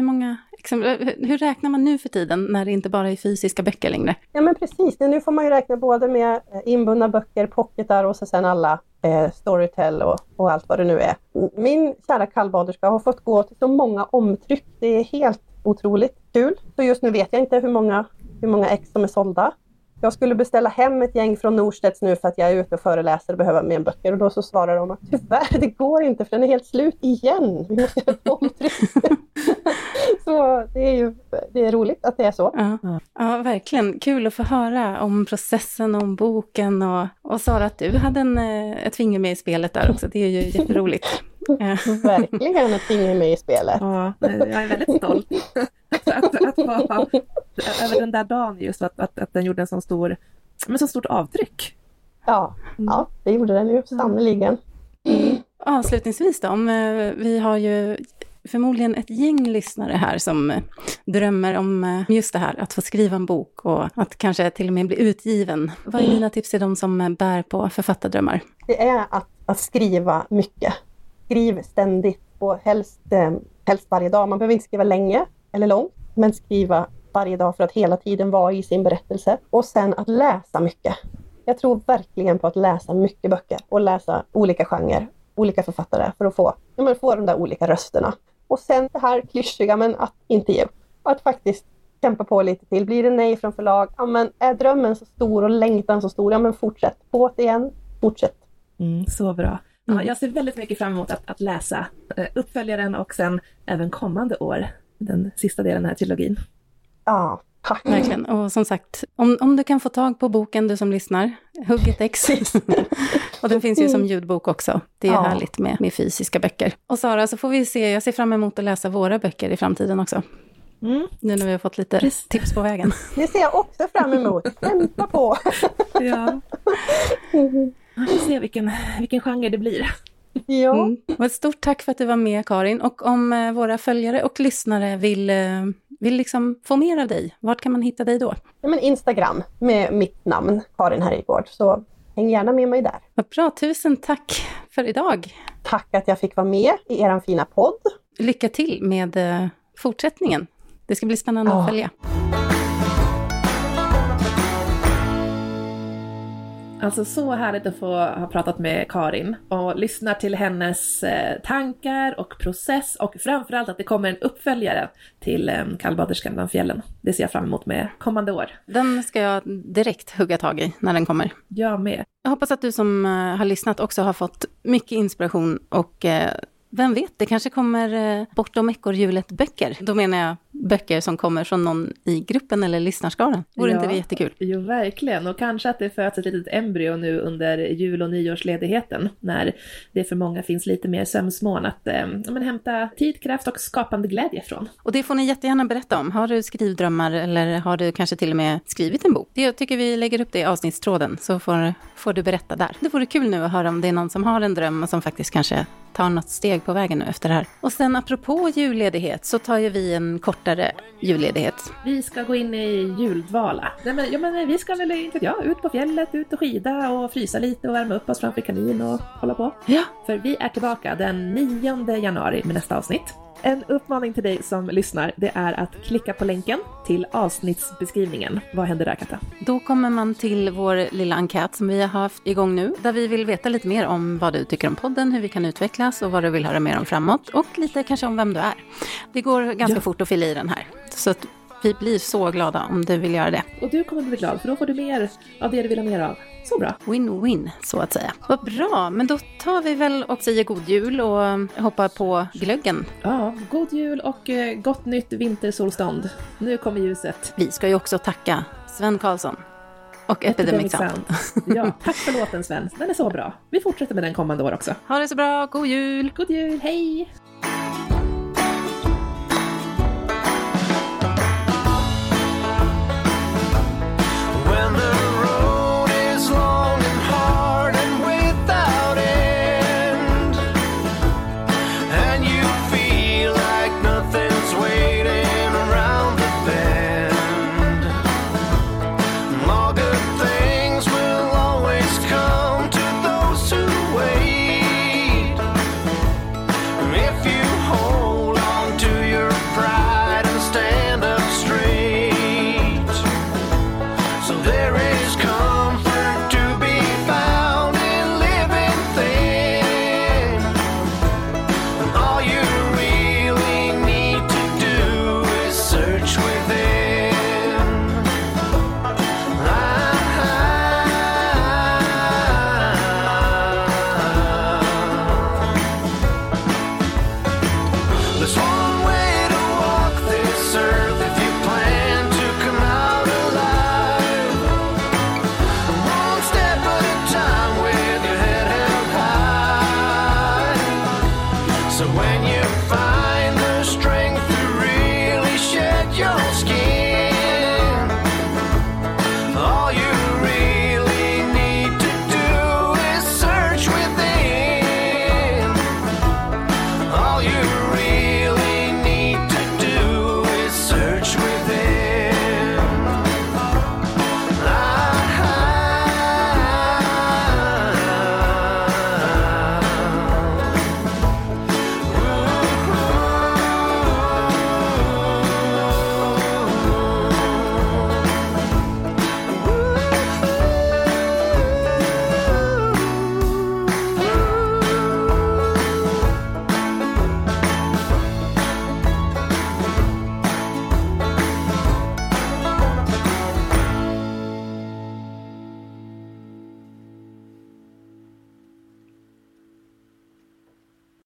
hur räknar man nu för tiden när det inte bara är fysiska böcker längre? Ja, men precis. Nu får man ju räkna både med inbundna böcker, pocketar och sen alla Storytel och allt vad det nu är. Min kära Kallbaderska har fått gå till så många omtryck. Det är helt otroligt kul. Så just nu vet jag inte hur många ex som är sålda. Jag skulle beställa hem ett gäng från Norstedts nu för att jag är ute och föreläser och behöver mer böcker. Och då så svarar de att tyvärr, det går inte för den är helt slut igen. Vi måste göra ett omtryck. Så det är roligt att det är så. Ja, verkligen. Kul att få höra om processen, om boken. Och Sara, att du hade ett finger med i spelet där också. Det är ju jätteroligt. Verkligen ett finger med i spelet. Ja, jag är väldigt stolt att vara över den där dagen just att den gjorde en så stort avtryck. Ja, det gjorde den ju sannoliken. Avslutningsvis då, vi har ju förmodligen ett gäng lyssnare här som drömmer om just det här, att få skriva en bok och att kanske till och med bli utgiven. Vad är dina tips till de som bär på författardrömmar? Det är att skriva mycket. Skriv ständigt och helst varje dag. Man behöver inte skriva länge eller långt, men skriva varje dag för att hela tiden vara i sin berättelse. Och sen att läsa mycket. Jag tror verkligen på att läsa mycket böcker och läsa olika genrer, olika författare för att få de där olika rösterna. Och sen det här klyschiga, men att inte ge upp. Att faktiskt kämpa på lite till. Blir det nej från förlag, men är drömmen så stor och längtan så stor, men fortsätt. På det igen, fortsätt. Så bra. Ja, jag ser väldigt mycket fram emot att läsa uppföljaren och sen även kommande år, den sista delen av den här trilogin. Ja, tack. Verkligen. Och som sagt, om du kan få tag på boken, du som lyssnar, hugg ett ex. Och den finns ju som ljudbok också. Det är härligt med fysiska böcker. Och Sara, så får vi se, jag ser fram emot att läsa våra böcker i framtiden också. Nu när vi har fått lite tips på vägen. Det ser jag också fram emot. Kämpa på. Ja. Vi får se vilken genre det blir. Ja. Och ett stort tack för att du var med, Karin. Och om våra följare och lyssnare vill liksom få mer av dig, vart kan man hitta dig då? Ja, men Instagram med mitt namn, Karin Herrgård. Så häng gärna med mig där. Vad bra, tusen tack för idag. Tack att jag fick vara med i er fina podd. Lycka till med fortsättningen. Det ska bli spännande att följa. Alltså så härligt att få ha pratat med Karin och lyssna till hennes tankar och process, och framförallt att det kommer en uppföljare till Kallbaderskan bland fjällen. Det ser jag fram emot med kommande år. Den ska jag direkt hugga tag i när den kommer. Jag med. Jag hoppas att du som har lyssnat också har fått mycket inspiration och vem vet, det kanske kommer bortom ekorrhjulet böcker. Då menar jag böcker som kommer från någon i gruppen eller lyssnarskaran. Vore inte det jättekul? Jo, verkligen. Och kanske att det föds ett litet embryo nu under jul- och nyårsledigheten, när det för många finns lite mer sömnsmån att hämta tid, kraft och skapande glädje från. Och det får ni jättegärna berätta om. Har du skrivdrömmar eller har du kanske till och med skrivit en bok? Jag tycker vi lägger upp det i avsnittstråden, så får du berätta där. Det vore kul nu att höra om det är någon som har en dröm och som faktiskt kanske tar något steg på vägen nu efter det här. Och sen apropå julledighet så tar ju vi en kortare julledighet. Vi ska gå in i juldvala. Men vi ska väl ut på fjället, ut och skida och frysa lite och värma upp oss framför kamin och hålla på. Ja. För vi är tillbaka den 9 januari med nästa avsnitt. En uppmaning till dig som lyssnar, det är att klicka på länken till avsnittsbeskrivningen. Vad händer där, Katta? Då kommer man till vår lilla enkät som vi har haft igång nu, där vi vill veta lite mer om vad du tycker om podden, hur vi kan utvecklas och vad du vill höra mer om framåt, och lite kanske om vem du är. Det går ganska fort att fylla i den här, så att vi blir så glada om du vill göra det. Och du kommer bli glad, för då får du mer av det du vill ha mer av. Så bra. Win-win, så att säga. Vad bra, men då tar vi väl och säger god jul och hoppar på glöggen. Ja, god jul och gott nytt vintersolstånd. Nu kommer ljuset. Vi ska ju också tacka Sven Karlsson och Epidemic Sound. Ja, tack för låten, Sven. Den är så bra. Vi fortsätter med den kommande år också. Ha det så bra, god jul! God jul, hej!